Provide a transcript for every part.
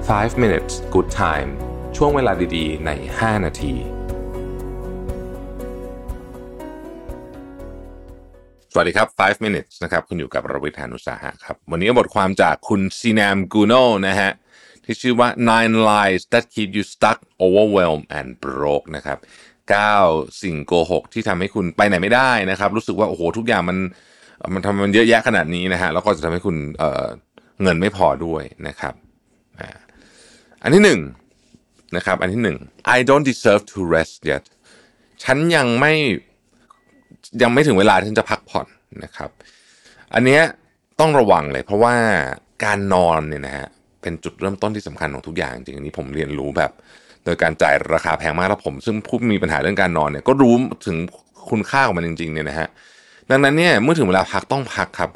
5 minutes good time ช่วงเวลาดีๆใน5นาทีสวัสดีครับ5 minutes นะครับคุณอยู่กับรวิทย์ หาญอุตสาหะครับวันนี้บทความจากคุณซีนามกูโนนะฮะที่ชื่อว่า 9 lies that keep you stuck overwhelmed and broke นะครับ9สิ่งโกหกที่ทำให้คุณไปไหนไม่ได้นะครับรู้สึกว่าโอ้โหทุกอย่างมันทำมันเยอะแยะขนาดนี้นะฮะแล้วก็จะทำให้คุณเงินไม่พอด้วยนะครับอันที่1นะครับอันที่1 I don't deserve to rest yet ฉันยังไม่ถึงเวลาที่ฉันจะพักผ่อนนะครับอันเนี้ยต้องระวังเลยเพราะว่าการนอนเนี่ยนะฮะเป็นจุดเริ่มต้นที่สำคัญของทุกอย่างจริงอันนี้ผมเรียนรู้แบบโดยการจ่ายราคาแพงมากแล้วผมซึ่งผู้มีปัญหาเรื่องการนอนเนี่ยก็รู้ถึงคุณค่าของมันจริงๆเนี่ยนะฮะดังนั้นเนี่ยเมื่อถึงเวลาพักต้องพักครับ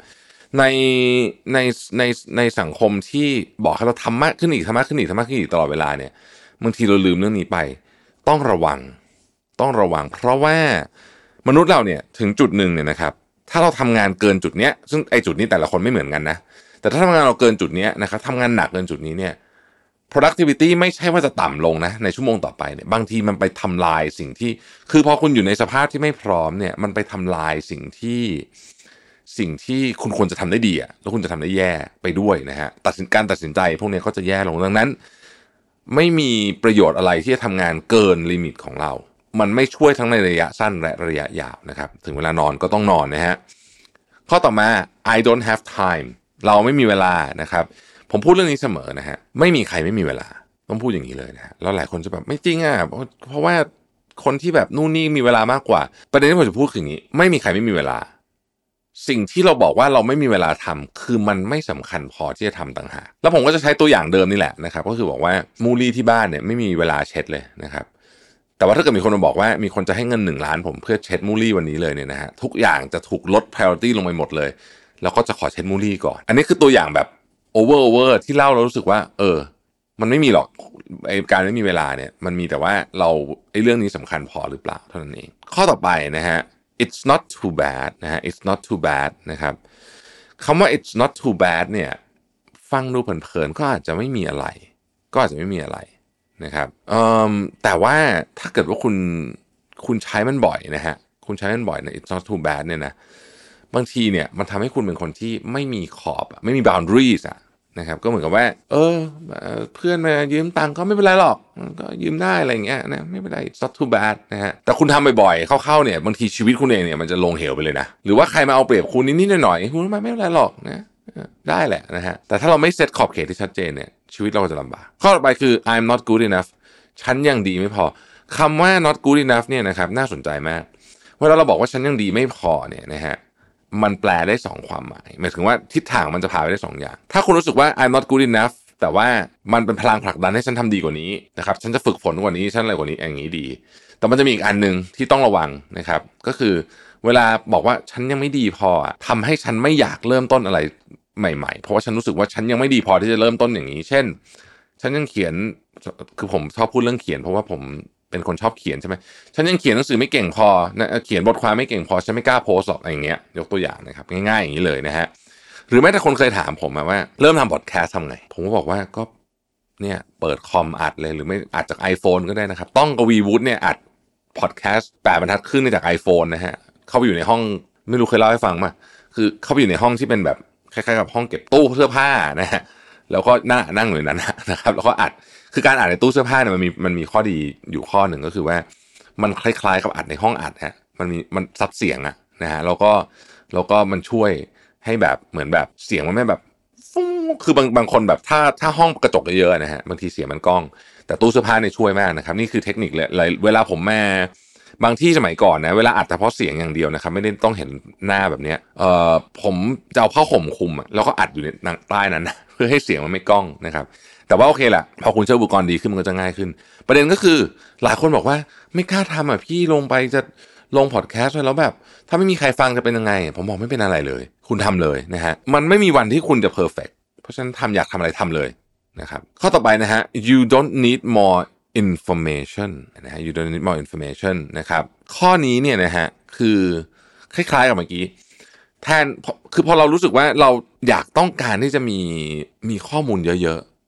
ในสังคมที่บอกให้เราทำมากขึ้นอีกตลอดเวลาเนี่ยบางทีเราลืมเรื่องนี้ไปต้องระวังเพราะว่ามนุษย์เราเนี่ยถึงจุดหนึ่งเนี่ยนะครับถ้าเราทำงานเกินจุดเนี้ยซึ่งไอ้จุดนี้แต่ละคนไม่เหมือนกันนะแต่ถ้าทำงานเราเกินจุดเนี้ยนะครับทำงานหนักเกินจุดนี้เนี่ย productivity ไม่ใช่ว่าจะต่ำลงนะในชั่วโมงต่อไปเนี่ยบางทีมันไปทำลายสิ่งที่คือพอคุณอยู่ในสภาพที่ไม่พร้อมเนี่ยมันไปทำลายสิ่งที่คุณควรจะทำได้ดีอ่ะแล้วคุณจะทำได้แย่ไปด้วยนะฮะการตัดสินใจพวกนี้ก็จะแย่ลงดังนั้นไม่มีประโยชน์อะไรที่จะทำงานเกินลิมิตของเรามันไม่ช่วยทั้งในระยะสั้นและระยะยาวนะครับถึงเวลานอนก็ต้องนอนนะฮะข้อต่อมา I don't have time เราไม่มีเวลานะครับผมพูดเรื่องนี้เสมอนะฮะไม่มีใครไม่มีเวลาต้องพูดอย่างนี้เลยนะฮะแล้วหลายคนจะแบบไม่จริงอ่ะเพราะว่าคนที่แบบนู่นนี่มีเวลามากกว่าประเด็นที่ผมจะพูดคืออย่างนี้ไม่มีใครไม่มีเวลาสิ่งที่เราบอกว่าเราไม่มีเวลาทำคือมันไม่สำคัญพอที่จะทำต่างหากแล้วผมก็จะใช้ตัวอย่างเดิมนี่แหละนะครับก็คือบอกว่ามูลี่ที่บ้านเนี่ยไม่มีเวลาเช็ดเลยนะครับแต่ว่าถ้าเกิดมีคนมาบอกว่ามีคนจะให้เงิน1 ล้านผมเพื่อเช็ดมูลี่วันนี้เลยเนี่ยนะฮะทุกอย่างจะถูกลด priority ลงไปหมดเลยแล้วก็จะขอเช็ดมูลี่ก่อนอันนี้คือตัวอย่างแบบ over ที่เล่าแล้วรู้สึกว่ามันไม่มีหรอกไอ้การไม่มีเวลาเนี่ยมันมีแต่ว่าเราไอ้เรื่องนี้สำคัญพอหรือเปล่าเท่านั้นเองข้อต่อไปนะฮะit's not too bad นะฮะ it's not too bad นะครับคำว่า it's not too bad เนี่ยฟังดูเผินๆก็อาจจะไม่มีอะไรนะครับแต่ว่าถ้าเกิดว่าคุณใช้มันบ่อยนะฮะคุณใช้มันบ่อยนะ it's not too bad เนี่ยนะบางทีเนี่ยมันทำให้คุณเป็นคนที่ไม่มีขอบไม่มี boundaries อะนะครับก็เหมือนกับว่าเพื่อนมายืมตังค์ก็ไม่เป็นไรหรอกก็ยืมได้อะไรอย่างเงี้ยนะไม่เป็นไร it's not too bad นะฮะแต่คุณทำบ่อยๆเข้าๆเนี่ยบางทีชีวิตคุณเองเนี่ยมันจะลงเหวไปเลยนะหรือว่าใครมาเอาเปรียบคุณนิดๆหน่อยๆคุณไม่เป็นไรหรอกนะได้แหละนะฮะแต่ถ้าเราไม่เซตขอบเขตที่ชัดเจนเนี่ยชีวิตเราก็จะลำบากข้อต่อไปคือ I'm not good enough ฉันยังดีไม่พอคำว่า not good enough เนี่ยนะครับน่าสนใจมากเวลาเราบอกว่าฉันยังดีไม่พอเนี่ยนะฮะมันแปลได้2ความหมายหมายถึงว่าทิศทางมันจะพาไปได้2อย่างถ้าคุณรู้สึกว่า I'm not good enough แต่ว่ามันเป็นพลังผลักดันให้ฉันทำดีกว่านี้นะครับฉันจะฝึกฝนกว่านี้ฉันอะไรกว่านี้อย่างนี้ดีแต่มันจะมีอีกอันนึงที่ต้องระวังนะครับก็คือเวลาบอกว่าฉันยังไม่ดีพอทำให้ฉันไม่อยากเริ่มต้นอะไรใหม่ๆเพราะว่าฉันรู้สึกว่าฉันยังไม่ดีพอที่จะเริ่มต้นอย่างนี้เช่นฉันยังเขียนคือผมชอบพูดเรื่องเขียนเพราะว่าผมเป็นคนชอบเขียนใช่ไหมฉันยังเขียนหนังสือไม่เก่งพอนะเขียนบทความไม่เก่งพอฉันไม่กล้าโพสต์หรอกอะไรอย่างเงี้ยยกตัวอย่างนะครับง่ายๆอย่างนี้เลยนะฮะหรือแม้แต่คนเคยถามผมว่าเริ่มทำพอดแคสต์ทำไงผมก็บอกว่าก็เนี่ยเปิดคอมอัดเลยหรือไม่อัดจาก iPhone ก็ได้นะครับต้องกวีวุฒิเนี่ยอัดพอดแคสต์8 บรรทัดครึ่งจาก iPhone นะฮะเข้าไปอยู่ในห้องไม่รู้เคยเล่าให้ฟังมั้ยคือเข้าไปอยู่ในห้องที่เป็นแบบคล้ายๆกับห้องเก็บตู้เสื้อผ้านะฮะแล้วก็นั่งอยู่ในนั้นนะครับแล้วก็อัดคือการอัดในตู้เสื้อผ้าเนี่ยมันมีข้อดีอยู่ข้อหนึ่งก็คือว่ามันคล้ายๆกับอัดในห้องอัดฮะมันซับเสียงอะนะฮะแล้วก็มันช่วยให้แบบเหมือนแบบเสียงมันไม่แบบคือบางคนแบบถ้าห้องกระจกเยอะๆนะฮะบางทีเสียงมันก้องแต่ตู้เสื้อผ้าเนี่ยช่วยมากนะครับนี่คือเทคนิคเลยเวลาผมมาบางที่สมัยก่อนนะเวลาอัดเฉพาะเสียงอย่างเดียวนะครับไม่ได้ต้องเห็นหน้าแบบเนี้ยผมจะเอาผ้าห่มคลุมแล้วก็อัดอยู่ในใต้นั้นนะเพื่อให้เสียงมันไม่ก้องนะครับแต่ว่าโอเคแหละพอคุณใช้อุปกรณ์ดีขึ้นมันก็จะง่ายขึ้นประเด็นก็คือหลายคนบอกว่าไม่กล้าทำพี่ลงไปจะลงพอดแคสต์แล้วแบบถ้าไม่มีใครฟังจะเป็นยังไงผมบอกไม่เป็นอะไรเลยคุณทำเลยนะฮะมันไม่มีวันที่คุณจะเพอร์เฟคเพราะฉะนั้นอยากทำอะไรทำเลยนะครับข้อต่อไปนะฮะ you don't need more information นะฮะ you don't need more information นะครับข้อนี้เนี่ยนะฮะคือคล้ายๆกับเมื่อกี้แทนคือพอเรารู้สึกว่าเราอยากต้องการที่จะมีข้อมูลเยอะ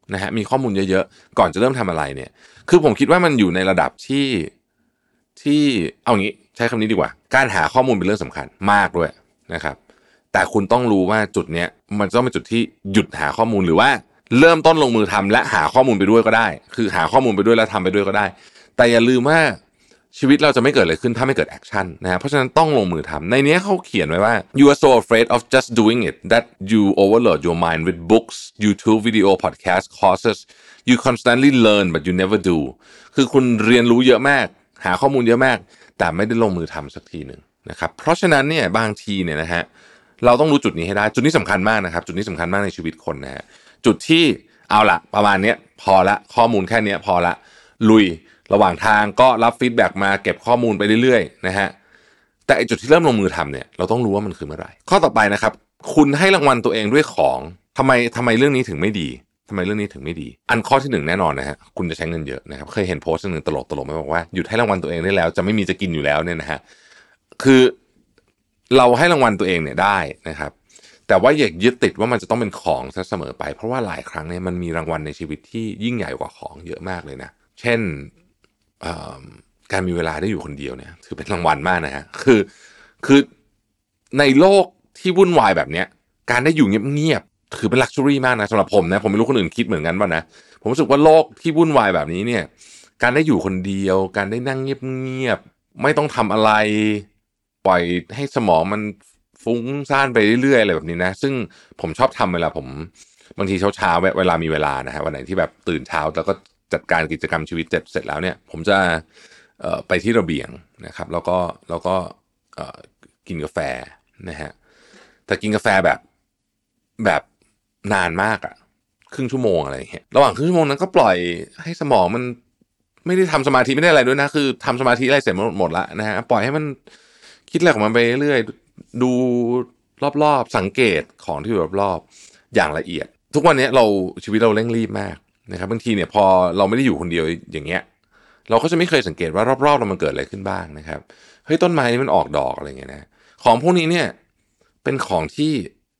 นะฮะมีข้อมูลเยอะๆก่อนจะเริ่มทำอะไรเนี่ยคือผมคิดว่ามันอยู่ในระดับที่เอางี้ใช้คำนี้ดีกว่าการหาข้อมูลเป็นเรื่องสำคัญมากด้วยนะครับแต่คุณต้องรู้ว่าจุดเนี้ยมันต้องเป็นจุดที่หยุดหาข้อมูลหรือว่าเริ่มต้นลงมือทำและหาข้อมูลไปด้วยก็ได้คือหาข้อมูลไปด้วยแล้วทำไปด้วยก็ได้แต่อย่าลืมว่าชีวิตเราจะไม่เกิดอะไรขึ้นถ้าไม่เกิดแอคชั่นนะฮะเพราะฉะนั้นต้องลงมือทำในนี้เขาเขียนไว้ว่า you are so afraid of just doing it that you overload your mind with books YouTube video podcast courses you constantly learn but you never do คือคุณเรียนรู้เยอะมากหาข้อมูลเยอะมากแต่ไม่ได้ลงมือทำสักทีหนึ่งนะครับเพราะฉะนั้นเนี่ยบางทีเนี่ยนะฮะเราต้องรู้จุดนี้ให้ได้จุดนี้สำคัญมากนะครับจุดนี้สำคัญมากในชีวิตคนนะฮะจุดที่เอาละประมาณนี้พอละข้อมูลแค่นี้พอละลุยระหว่างทางก็รับฟีดแบ็กมาเก็บข้อมูลไปเรื่อยๆนะฮะแต่ไอจุดที่เริ่มลงมือทำเนี่ยเราต้องรู้ว่ามันคือเมื่อไหร่ข้อต่อไปนะครับคุณให้รางวัลตัวเองด้วยของทำไมเรื่องนี้ถึงไม่ดีทำไมเรื่องนี้ถึงไม่ดีอันข้อที่หนึ่งแน่นอนนะฮะคุณจะใช้เงินเยอะนะครับเคยเห็นโพสต์หนึ่งตลกไหมบอกว่าหยุดให้รางวัลตัวเองได้แล้วจะไม่มีจะกินอยู่แล้วเนี่ยนะฮะคือเราให้รางวัลตัวเองเนี่ยได้นะครับแต่ว่าอย่ายึดติดว่ามันจะต้องเป็นของซะเสมอไปเพราะว่าหลายครั้งเนี่ยมันมีรางวัลในชีวิตที่ยิ่งใหญ่กว่าของเยอะมากเลยนะเช่นการมีเวลาได้อยู่คนเดียวเนี่ยถือเป็นรางวัลมากนะฮะคือในโลกที่วุ่นวายแบบเนี้ยการได้อยู่เงียบๆถือเป็นลักชัวรี่มากนะสำหรับผมนะผมไม่รู้คนอื่นคิดเหมือนกันป่ะนะผมรู้สึกว่าโลกที่วุ่นวายแบบนี้เนี่ยการได้อยู่คนเดียวการได้นั่งเงียบๆไม่ต้องทำอะไรปล่อยให้สมองมันฟุ้งซ่านไปเรื่อยๆอะไรแบบนี้นะซึ่งผมชอบทำเวลาผมบางทีเช้าเวลามีเวลานะฮะวันไหนที่แบบตื่นเช้าแล้วก็จัดการกิจกรรมชีวิตเสร็จแล้วเนี่ยผมจะไปที่ระเบียงนะครับแล้วก็กินกาแฟนะฮะแต่กินกาแฟแบบนานมากอะครึ่งชั่วโมงอะไรอย่างเงี้ยระหว่างครึ่งชั่วโมงนั้นก็ปล่อยให้สมองมันไม่ได้ทำสมาธิไม่ได้อะไรด้วยนะคือทำสมาธิอะไรเสร็จหมดละนะฮะปล่อยให้มันคิดอะไรของมันไปเรื่อยๆดูรอบๆสังเกตของที่อยู่รอบๆอย่างละเอียดทุกวันนี้ชีวิตเราเร่งรีบมากนะครับบางทีเนี่ยพอเราไม่ได้อยู่คนเดียวอย่างเงี้ยเราก็จะไม่เคยสังเกตว่ารอบๆเรามันเกิดอะไรขึ้นบ้างนะครับเฮ้ยต้นไม้นี่มันออกดอกอะไรเงี้ยนะของพวกนี้เนี่ยเป็นของที่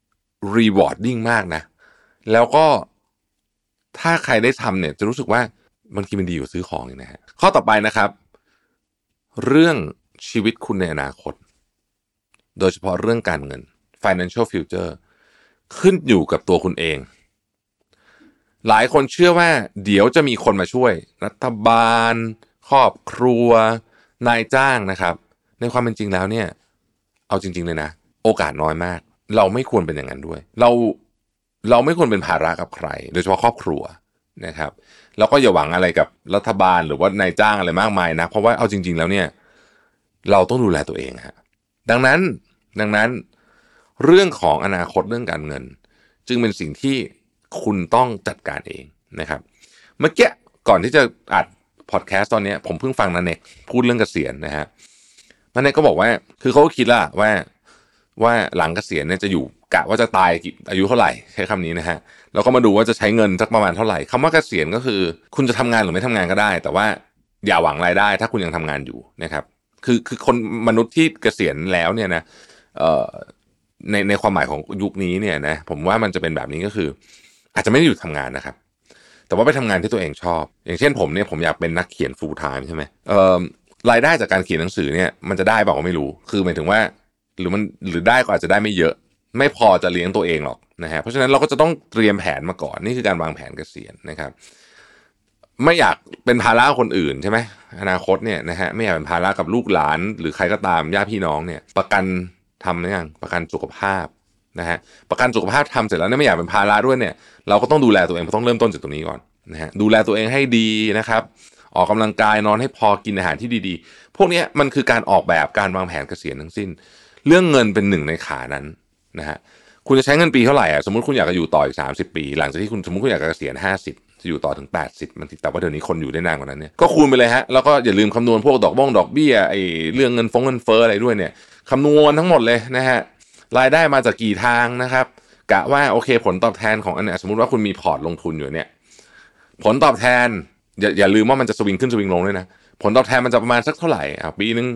rewarding มากนะแล้วก็ถ้าใครได้ทำเนี่ยจะรู้สึกว่าบางทีมันดีกว่าซื้อของอีกนะฮะข้อต่อไปนะครับเรื่องชีวิตคุณในอนาคตโดยเฉพาะเรื่องการเงิน financial future ขึ้นอยู่กับตัวคุณเองหลายคนเชื่อว่าเดี๋ยวจะมีคนมาช่วยรัฐบาลครอบครัวนายจ้างนะครับในความเป็นจริงแล้วเนี่ยเอาจริงๆเลยนะโอกาสน้อยมากเราไม่ควรเป็นอย่างนั้นด้วยเราไม่ควรเป็นภาระกับใครโดยเฉพาะครอบครัวนะครับแล้วก็อย่าหวังอะไรกับรัฐบาลหรือว่านายจ้างอะไรมากมายนะเพราะว่าเอาจริงๆแล้วเนี่ยเราต้องดูแลตัวเองฮะดังนั้นเรื่องของอนาคตเรื่องการเงินจึงเป็นสิ่งที่คุณต้องจัดการเองนะครับเมื่อกี้ก่อนที่จะอัดพอดแคสต์ตอนนี้ผมเพิ่งฟังนันเน็กพูดเรื่องเกษียณนะฮะนันเน็กก็บอกว่าคือเขาก็คิดละว่าหลังเกษียณเนี่ยจะอยู่กะว่าจะตายอายุเท่าไหร่ใช้คำนี้นะฮะแล้วก็มาดูว่าจะใช้เงินสักประมาณเท่าไหร่คำว่าเกษียณก็คือคุณจะทำงานหรือไม่ทำงานก็ได้แต่ว่าอย่าหวังรายได้ถ้าคุณยังทำงานอยู่นะครับคือคนมนุษย์ที่เกษียณแล้วเนี่ยนะในความหมายของยุคนี้เนี่ยนะผมว่ามันจะเป็นแบบนี้ก็คืออาจจะไม่ได้หยุดทำงานนะครับแต่ว่าไปทำงานที่ตัวเองชอบอย่างเช่นผมเนี่ยผมอยากเป็นนักเขียน full time ใช่ไหมรายได้จากการเขียนหนังสือเนี่ยมันจะได้เปล่าก็ไม่รู้คือหมายถึงว่าหรือได้ก็อาจจะได้ไม่เยอะไม่พอจะเลี้ยงตัวเองหรอกนะฮะเพราะฉะนั้นเราก็จะต้องเตรียมแผนมาก่อนนี่คือการวางแผนเกษียณนะครับไม่อยากเป็นภาระคนอื่นใช่ไหมอนาคตเนี่ยนะฮะไม่อยากเป็นภาระกับลูกหลานหรือใครก็ตามญาติพี่น้องเนี่ยประกันทำหรือยังประกันสุขภาพนะฮะประกันสุขภาพทำเสร็จแล้วเนี่ยไม่อยากเป็นภาระด้วยเนี่ยเราก็ต้องดูแลตัวเองต้องเริ่มต้นจากตรงนี้ก่อนนะฮะดูแลตัวเองให้ดีนะครับออกกำลังกายนอนให้พอกินอาหารที่ดีๆพวกนี้มันคือการออกแบบการวางแผนเกษียณทั้งสิ้นเรื่องเงินเป็นหนึ่งในขานั้นนะฮะคุณจะใช้เงินปีเท่าไหร่อ่ะสมมุติคุณอยากจะอยู่ต่ออีก30 ปีหลังจากที่คุณสมมุติคุณอยากจะเกษียณ50จะอยู่ต่อถึง80มันแต่ว่าเดี๋ยวนี้คนอยู่ได้นานกว่านั้นเนี่ยก็คูณไปเลยฮะแล้วก็อย่าลืมคำนวณพวกดอกเบี้ยไอ้เรื่องเงินเฟ้ออะไรด้วยเนี่ยคำนวณทั้งหมดเลยนะฮะรายได้มาจากกี่ทางนะครับกะว่าโอเคผลตอบแทนของอันเนี้ยสมมุติว่าคุณมีพอร์ตลงทุนอยู่เนี่ยผลตอบแทนอย่าลืมว่ามันจะสวิงขึ้นสวิงลงด้วยนะผลตอบแทนมันจะประมาณสักเท่าไหร่ปีนึง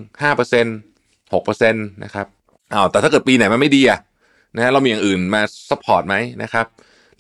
5% 6% นะครับแต่ถ้าเกิดปีไหนมันไม่ดีนะฮะเรามีอย่างอื่นมาซัพพอร์ตไหมนะครับ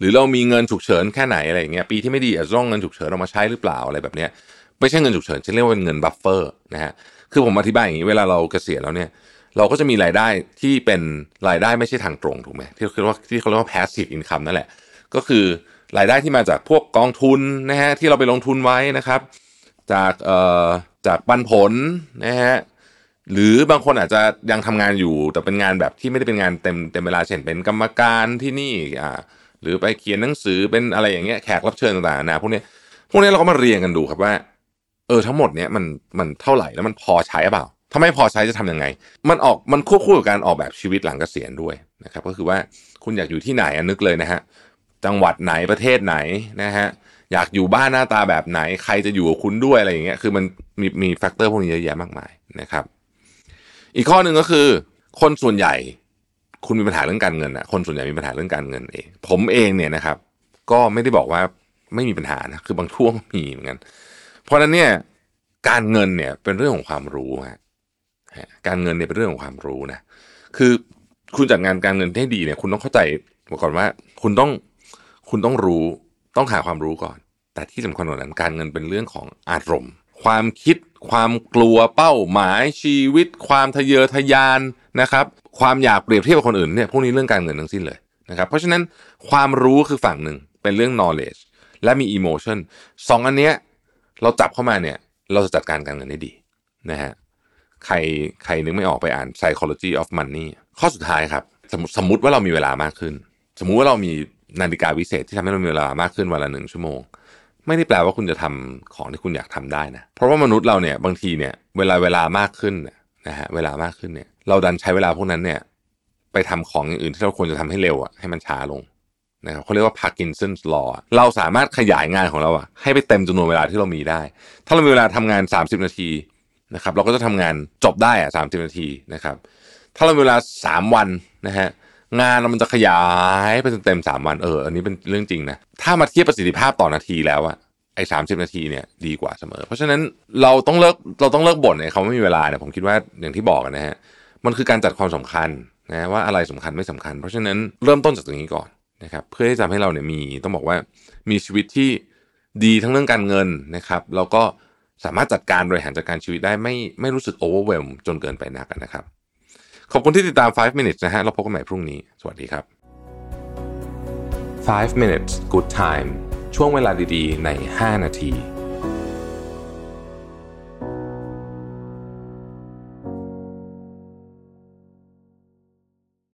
หรือเรามีเงินฉุกเฉินแค่ไหนอะไรอย่างเงี้ยปีที่ไม่ดีอาจจะต้องเงินฉุกเฉินออกมาใช้หรือเปล่าอะไรแบบเนี้ยไม่ใช่เงินฉุกเฉินฉันเรียกว่าเป็นเงินบัฟเฟอร์นะฮะคือผมอธิบายอย่างนี้เวลาเราเกษียณแล้วเนี่ยเราก็จะมีรายได้ที่เป็นรายได้ไม่ใช่ทางตรงถูกไหมที่เขาเรียกว่า passive income นั่นแหละก็คือรายได้ที่มาจากพวกกองทุนนะฮะที่เราไปลงทุนไว้นะครับจากปันผลนะฮะหรือบางคนอาจจะยังทำงานอยู่แต่เป็นงานแบบที่ไม่ได้เป็นงานเต็มเวลาเช่นเป็นกรรมการที่นี่หรือไปเขียนหนังสือเป็นอะไรอย่างเงี้ยแขกรับเชิญต่างๆนะพวกนี้เราก็มาเรียงกันดูครับว่าทั้งหมดเนี้ยมันเท่าไหร่แล้วมันพอใช้เปล่าถ้าไม่พอใช้จะทำยังไงมันควบคู่กับการออกแบบชีวิตหลังเกษียณด้วยนะครับก็คือว่าคุณอยากอยู่ที่ไหนนึกเลยนะฮะจังหวัดไหนประเทศไหนนะฮะอยากอยู่บ้านหน้าตาแบบไหนใครจะอยู่กับคุณด้วยอะไรอย่างเงี้ยคือมันมีแฟกเตอร์พวกนี้เยอะแยะมากมายนะครับอีกข้อหนึ่งก็คือคนส่วนใหญ่คุณมีปัญหาเรื่องการเงินนะคนส่วนใหญ่มีปัญหาเรื่องการเงินเองผมเองเนี่ยนะครับก็ไม่ได้บอกว่าไม่มีปัญหานะคือบางช่วงมีเหมือนกันเพราะฉะนั้นเนี่ยการเงินเนี่ยเป็นเรื่องของความรู้ฮะการเงินเนี่ยเป็นเรื่องของความรู้นะคือคุณจัดงานการเงินให้ดีเนี่ยคุณต้องเข้าใจก่อนว่าคุณต้องรู้ต้องหาความรู้ก่อนแต่ที่สำคัญกว่านั้นการเงินเป็นเรื่องของอารมณ์ความคิดความกลัวเป้าหมายชีวิตความทะเยอทะยานนะครับความอยากเปรียบเทียบกับคนอื่นเนี่ยพวกนี้เรื่องการเงินทั้งสิ้นเลยนะครับเพราะฉะนั้นความรู้คือฝั่งหนึ่งเป็นเรื่อง knowledge และมี emotion สองอันเนี้ยเราจับเข้ามาเนี่ยเราจะจัดการการเงินได้ดีนะฮะใครนึกไม่ออกไปอ่าน psychology of money ข้อสุดท้ายครับสมมุติว่าเรามีเวลามากขึ้นสมมุติว่าเรามีนาฬิกาวิเศษที่ทำให้เรามีเวลามากขึ้นวันละ1 ชั่วโมงไม่ได้แปลว่าคุณจะทำของที่คุณอยากทำได้นะเพราะว่ามนุษย์เราเนี่ยบางทีเนี่ยเวลามากขึ้นนะฮะเวลามากขึ้นเนี่ยเราดันใช้เวลาพวกนั้นเนี่ยไปทำของอย่างอื่นที่เราควรจะทำให้เร็วให้มันช้าลงนะครับเขาเรียกว่า Parkinson's law เราสามารถขยายงานของเราให้ไปเต็มจำนวนเวลาที่เรามีได้ถ้าเรามีเวลาทำงาน30 นาทีนะครับเราก็จะทำงานจบได้30 นาทีนะครับถ้าเรามีเวลา3 วันนะฮะงานมันจะขยายไปจนเต็ม3 วันอันนี้เป็นเรื่องจริงนะถ้ามาเทียบประสิทธิภาพต่อนาทีแล้วไอ้30 นาทีเนี่ยดีกว่าเสมอเพราะฉะนั้นเราต้องเลิกบ่นไอ้เขาไม่มีเวลาเนี่ยผมคิดว่าอย่างที่บอกนะฮะมันคือการจัดความสำคัญนะว่าอะไรสำคัญไม่สำคัญเพราะฉะนั้นเริ่มต้นจากตรงนี้ก่อนนะครับเพื่อที่จะให้เราเนี่ยต้องบอกว่ามีชีวิตที่ดีทั้งเรื่องการเงินนะครับแล้วก็สามารถจัดการบริหารจัดการชีวิตได้ไม่รู้สึก overwhelm จนเกินไปนักนะครับขอบคุณที่ติดตาม5 minutes นะฮะเราพบกันใหม่พรุ่งนี้สวัสดีครับ5 minutes good time ช่วงเวลาดีๆใน5 นาที